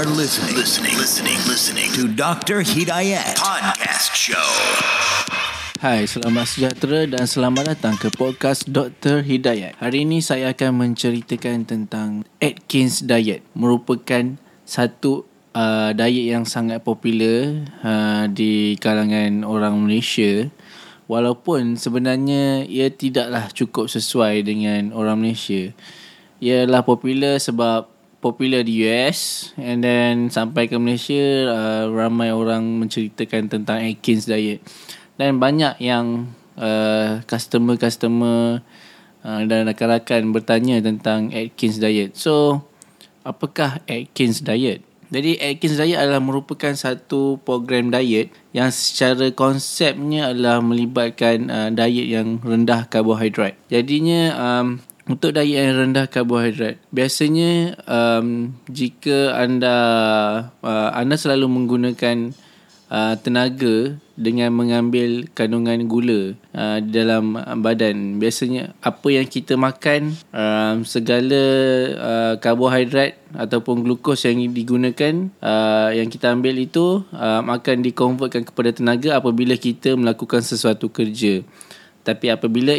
are listening to Dr. Hidayat Podcast Show. Hai, selamat sejahtera dan selamat datang ke podcast Dr. Hidayat. Hari ini saya akan menceritakan tentang Atkins Diet. Merupakan satu diet yang sangat popular di kalangan orang Malaysia. Walaupun sebenarnya ia tidaklah cukup sesuai dengan orang Malaysia. Ialah popular sebab popular di US, and then sampai ke Malaysia ramai orang menceritakan tentang Atkins Diet. Dan banyak yang customer dan rakan-rakan bertanya tentang Atkins Diet. So, apakah Atkins Diet? Jadi Atkins Diet adalah merupakan satu program diet yang secara konsepnya adalah melibatkan diet yang rendah karbohidrat. Jadinya untuk diet yang rendah karbohidrat, biasanya jika anda selalu menggunakan tenaga dengan mengambil kandungan gula dalam badan. Biasanya apa yang kita makan, segala karbohidrat ataupun glukos yang digunakan, yang kita ambil itu akan dikonvertkan kepada tenaga apabila kita melakukan sesuatu kerja. Tapi apabila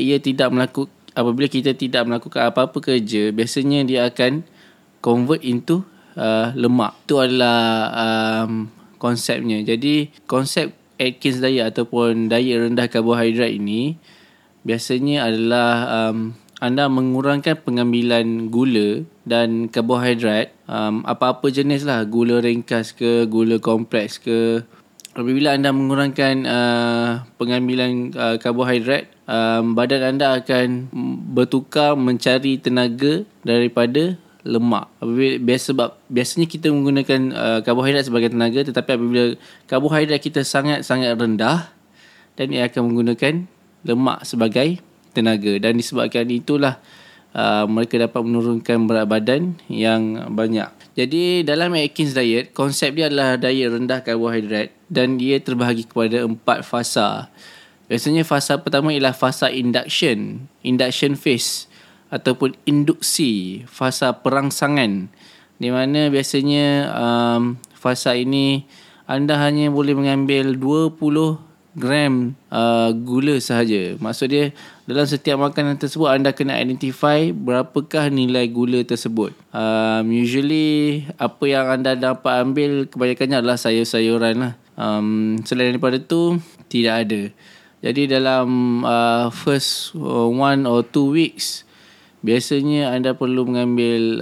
kita tidak melakukan apa-apa kerja, biasanya dia akan convert into lemak. Itu adalah konsepnya. Jadi konsep Atkins Diet ataupun diet rendah karbohidrat ini biasanya adalah anda mengurangkan pengambilan gula dan karbohidrat, apa-apa jenis lah, gula ringkas ke gula kompleks ke. Apabila anda mengurangkan pengambilan karbohidrat, badan anda akan bertukar mencari tenaga daripada lemak. Biasanya kita menggunakan karbohidrat sebagai tenaga, tetapi apabila karbohidrat kita sangat-sangat rendah, dan ia akan menggunakan lemak sebagai tenaga. Dan disebabkan itulah mereka dapat menurunkan berat badan yang banyak. Jadi dalam Atkins Diet, konsep dia adalah diet rendah karbohidrat dan dia terbahagi kepada 4 fasa. Biasanya fasa pertama ialah fasa induction phase ataupun induksi, fasa perangsangan, di mana biasanya fasa ini anda hanya boleh mengambil 20 gram gula sahaja. Maksud dia, dalam setiap makanan tersebut anda kena identify berapakah nilai gula tersebut. Usually apa yang anda dapat ambil kebanyakannya adalah sayur-sayuran lah. Selain daripada itu tidak ada. Jadi dalam first 1 or 2 weeks, biasanya anda perlu mengambil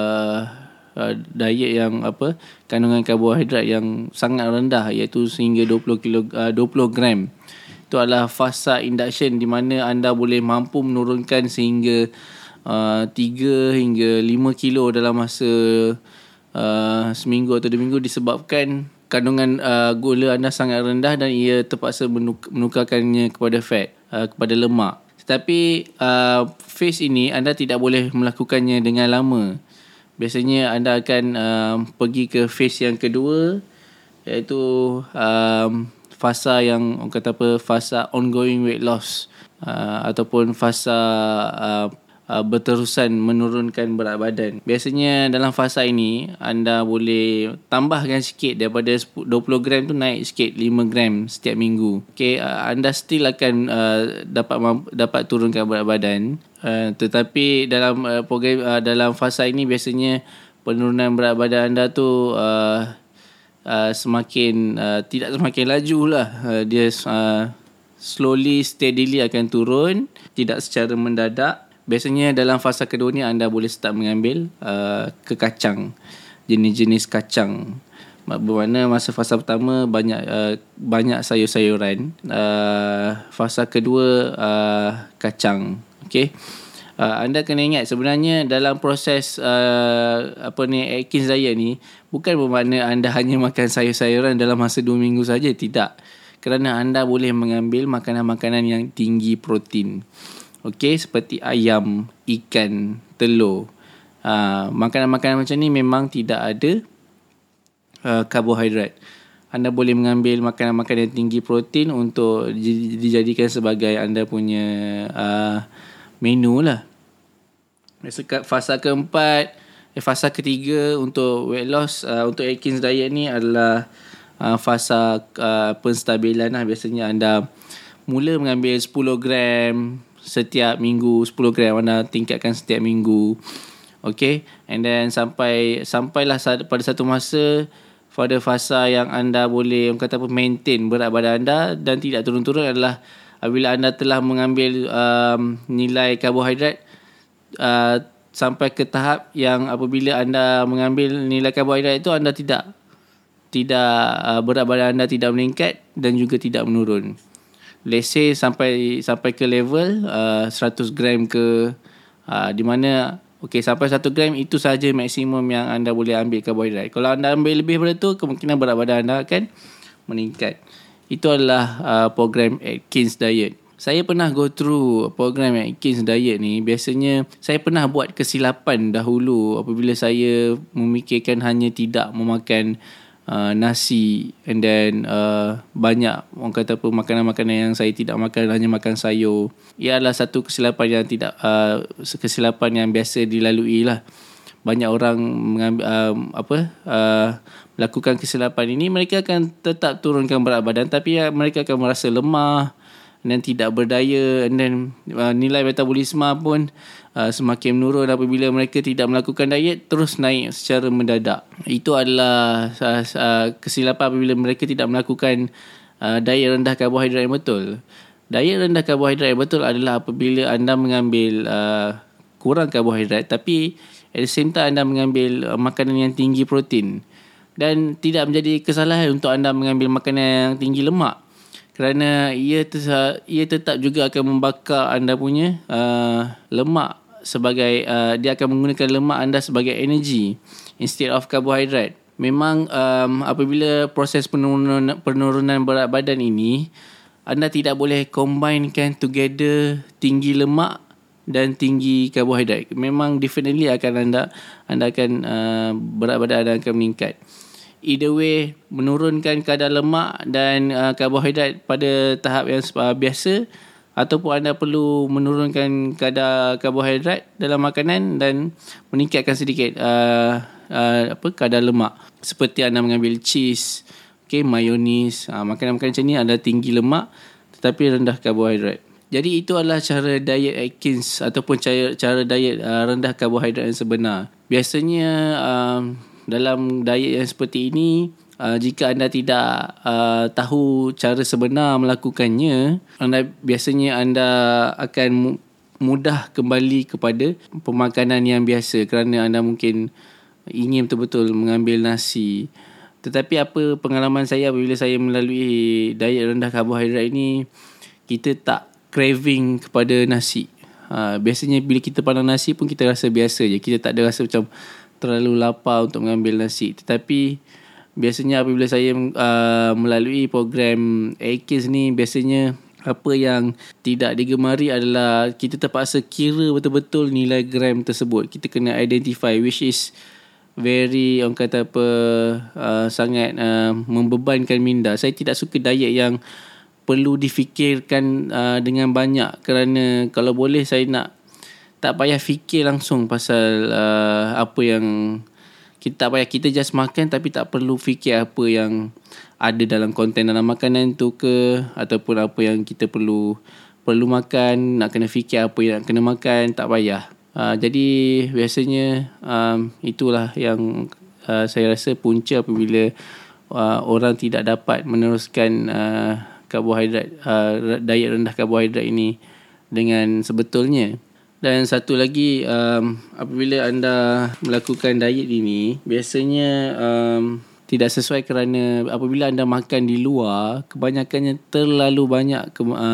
diet yang kandungan karbohidrat yang sangat rendah, iaitu sehingga 20 gram. Itu adalah fasa induction, di mana anda boleh mampu menurunkan sehingga 3 hingga 5 kilo dalam masa seminggu atau 2 minggu, disebabkan kandungan gula anda sangat rendah dan ia terpaksa menukarkannya kepada fat, kepada lemak. Tetapi phase ini anda tidak boleh melakukannya dengan lama. Biasanya anda akan pergi ke phase yang kedua, iaitu fasa yang fasa ongoing weight loss, ataupun fasa berterusan menurunkan berat badan. Biasanya dalam fasa ini anda boleh tambahkan sikit, daripada 20 gram tu naik sikit 5 gram setiap minggu. Anda still akan dapat turunkan berat badan, tetapi dalam program dalam fasa ini biasanya penurunan berat badan anda tu tidak semakin laju lah. Dia slowly steadily akan turun, tidak secara mendadak. Biasanya dalam fasa kedua ni anda boleh start mengambil kacang, jenis-jenis kacang. Bermakna masa fasa pertama banyak sayur-sayuran, fasa kedua kacang. Anda kena ingat, sebenarnya dalam proses Atkins Diet ni bukan bermakna anda hanya makan sayur-sayuran dalam masa 2 minggu saja, tidak. Kerana anda boleh mengambil makanan-makanan yang tinggi protein. Seperti ayam, ikan, telur. Makanan-makanan macam ni memang tidak ada karbohidrat. Anda boleh mengambil makanan-makanan yang tinggi protein untuk dijadikan sebagai anda punya menu lah. Fasa keempat Fasa ketiga untuk weight loss, untuk Atkins diet ni adalah fasa penstabilan lah. Biasanya anda mula mengambil 10 gram setiap minggu, 10 gram anda tingkatkan setiap minggu. Okay, and then sampailah pada satu masa pada fasa yang anda boleh maintain berat badan anda dan tidak turun-turun adalah apabila anda telah mengambil nilai karbohidrat sampai ke tahap yang apabila anda mengambil nilai karbohidrat itu anda tidak berat badan anda tidak meningkat dan juga tidak menurun. Let's say sampai ke level 100 gram ke di mana sampai 1 gram itu sahaja maksimum yang anda boleh ambil karbohidrat. Kalau anda ambil lebih daripada itu, kemungkinan berat badan anda akan meningkat. Itu adalah program Atkins diet. Saya pernah go through program Atkins diet ni. Biasanya saya pernah buat kesilapan dahulu apabila saya memikirkan hanya tidak memakan nasi, and then banyak makanan-makanan yang saya tidak makan, hanya makan sayur. Ia adalah satu kesilapan yang kesilapan yang biasa dilalui lah. Banyak orang melakukan kesilapan ini. Mereka akan tetap turunkan berat badan, tapi mereka akan merasa lemah dan tidak berdaya, and then nilai metabolisme pun semakin menurun apabila mereka tidak melakukan diet, terus naik secara mendadak. Itu adalah kesilapan apabila mereka tidak melakukan diet rendah karbohidrat yang betul. Diet rendah karbohidrat yang betul adalah apabila anda mengambil kurang karbohidrat, tapi at the same time anda mengambil makanan yang tinggi protein. Dan tidak menjadi kesalahan untuk anda mengambil makanan yang tinggi lemak, kerana ia tetap juga akan membakar anda punya lemak sebagai dia akan menggunakan lemak anda sebagai energy instead of karbohidrat. Memang apabila proses penurunan berat badan ini, anda tidak boleh combinekan together tinggi lemak dan tinggi karbohidrat. Memang definitely akan anda akan berat badan anda akan meningkat. Either way, menurunkan kadar lemak dan karbohidrat pada tahap yang biasa, ataupun anda perlu menurunkan kadar karbohidrat dalam makanan dan meningkatkan sedikit kadar lemak, seperti anda mengambil cheese, mayonis. Makanan-makanan macam ni ada tinggi lemak tetapi rendah karbohidrat. Jadi itu adalah cara diet Atkins ataupun cara diet rendah karbohidrat yang sebenar. Biasanya dalam diet yang seperti ini, jika anda tidak tahu cara sebenar melakukannya, biasanya anda akan mudah kembali kepada pemakanan yang biasa kerana anda mungkin ingin betul-betul mengambil nasi. Tetapi apa pengalaman saya apabila saya melalui diet rendah karbohidrat ini, kita tak craving kepada nasi. Biasanya bila kita pandang nasi pun kita rasa biasa je. Kita tak ada rasa macam terlalu lapar untuk mengambil nasi. Tetapi biasanya apabila saya melalui program Atkins ni, biasanya apa yang tidak digemari adalah kita terpaksa kira betul-betul nilai gram tersebut. Kita kena identify, which is very sangat membebankan minda. Saya tidak suka diet yang perlu difikirkan dengan banyak, kerana kalau boleh saya nak tak payah fikir langsung pasal apa yang kita tak payah, kita just makan tapi tak perlu fikir apa yang ada dalam konten dalam makanan tu ke, ataupun apa yang kita perlu makan, nak kena fikir apa yang nak kena makan, tak payah. Jadi biasanya itulah yang saya rasa punca apabila orang tidak dapat meneruskan karbohidrat, diet rendah karbohidrat ini dengan sebetulnya. Dan satu lagi, apabila anda melakukan diet ini, biasanya tidak sesuai kerana apabila anda makan di luar, kebanyakannya terlalu banyak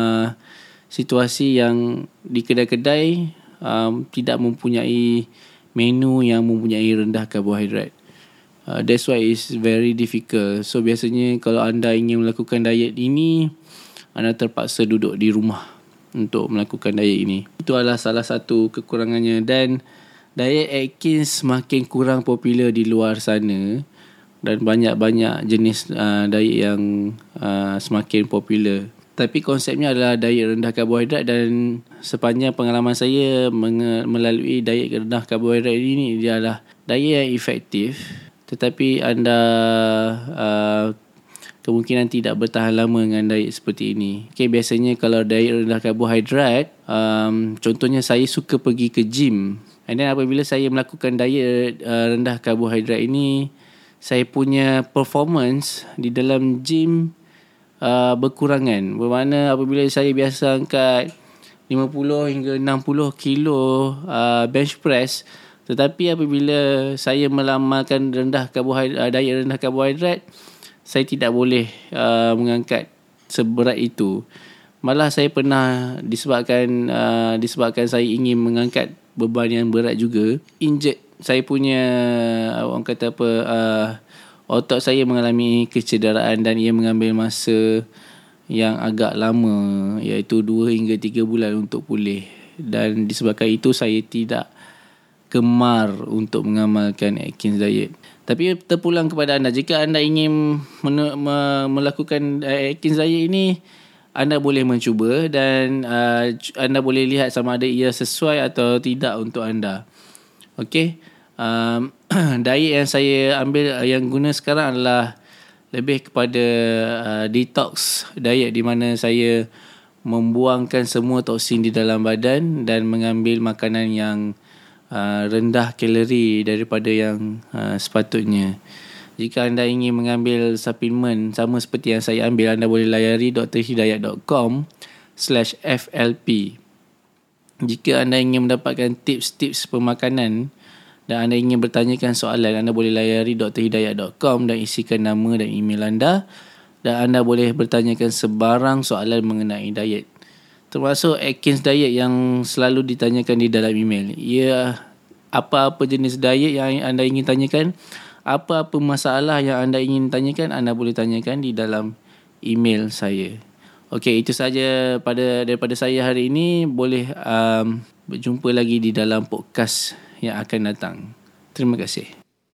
situasi yang di kedai-kedai tidak mempunyai menu yang mempunyai rendah karbohidrat. That's why it's very difficult. So biasanya kalau anda ingin melakukan diet ini, anda terpaksa duduk di rumah untuk melakukan diet ini. Itu adalah salah satu kekurangannya. Dan diet Atkins semakin kurang popular di luar sana, dan banyak-banyak jenis diet yang semakin popular. Tapi konsepnya adalah diet rendah karbohidrat, dan sepanjang pengalaman saya melalui diet rendah karbohidrat ini, dia adalah diet yang efektif, tetapi anda kemungkinan tidak bertahan lama dengan diet seperti ini. Okay, biasanya kalau diet rendah karbohidrat, contohnya saya suka pergi ke gym. And then apabila saya melakukan diet rendah karbohidrat ini, saya punya performance di dalam gym berkurangan. Bermakna apabila saya biasa angkat 50 hingga 60 kilo bench press, tetapi apabila saya melamalkan diet rendah karbohidrat, saya tidak boleh mengangkat seberat itu. Malah saya pernah disebabkan saya ingin mengangkat beban yang berat juga, injet saya punya orang kata apa, otot saya mengalami kecederaan dan ia mengambil masa yang agak lama, iaitu 2 hingga 3 bulan untuk pulih. Dan disebabkan itu saya tidak gemar untuk mengamalkan Atkins diet. Tapi terpulang kepada anda, jika anda ingin melakukan Atkins diet ini, anda boleh mencuba dan anda boleh lihat sama ada ia sesuai atau tidak untuk anda. Okey. Diet yang saya ambil, yang guna sekarang adalah lebih kepada detox diet, di mana saya membuangkan semua toksin di dalam badan dan mengambil makanan yang rendah kalori daripada yang sepatutnya. Jika anda ingin mengambil suplemen sama seperti yang saya ambil, anda boleh layari drhidayat.com/flp. Jika anda ingin mendapatkan tips-tips pemakanan dan anda ingin bertanyakan soalan, anda boleh layari drhidayat.com dan isikan nama dan email anda, dan anda boleh bertanyakan sebarang soalan mengenai diet, termasuk Atkins diet yang selalu ditanyakan di dalam email. Apa-apa jenis diet yang anda ingin tanyakan, apa-apa masalah yang anda ingin tanyakan, anda boleh tanyakan di dalam email saya. Okey, itu saja daripada saya hari ini. Boleh berjumpa lagi di dalam podcast yang akan datang. Terima kasih.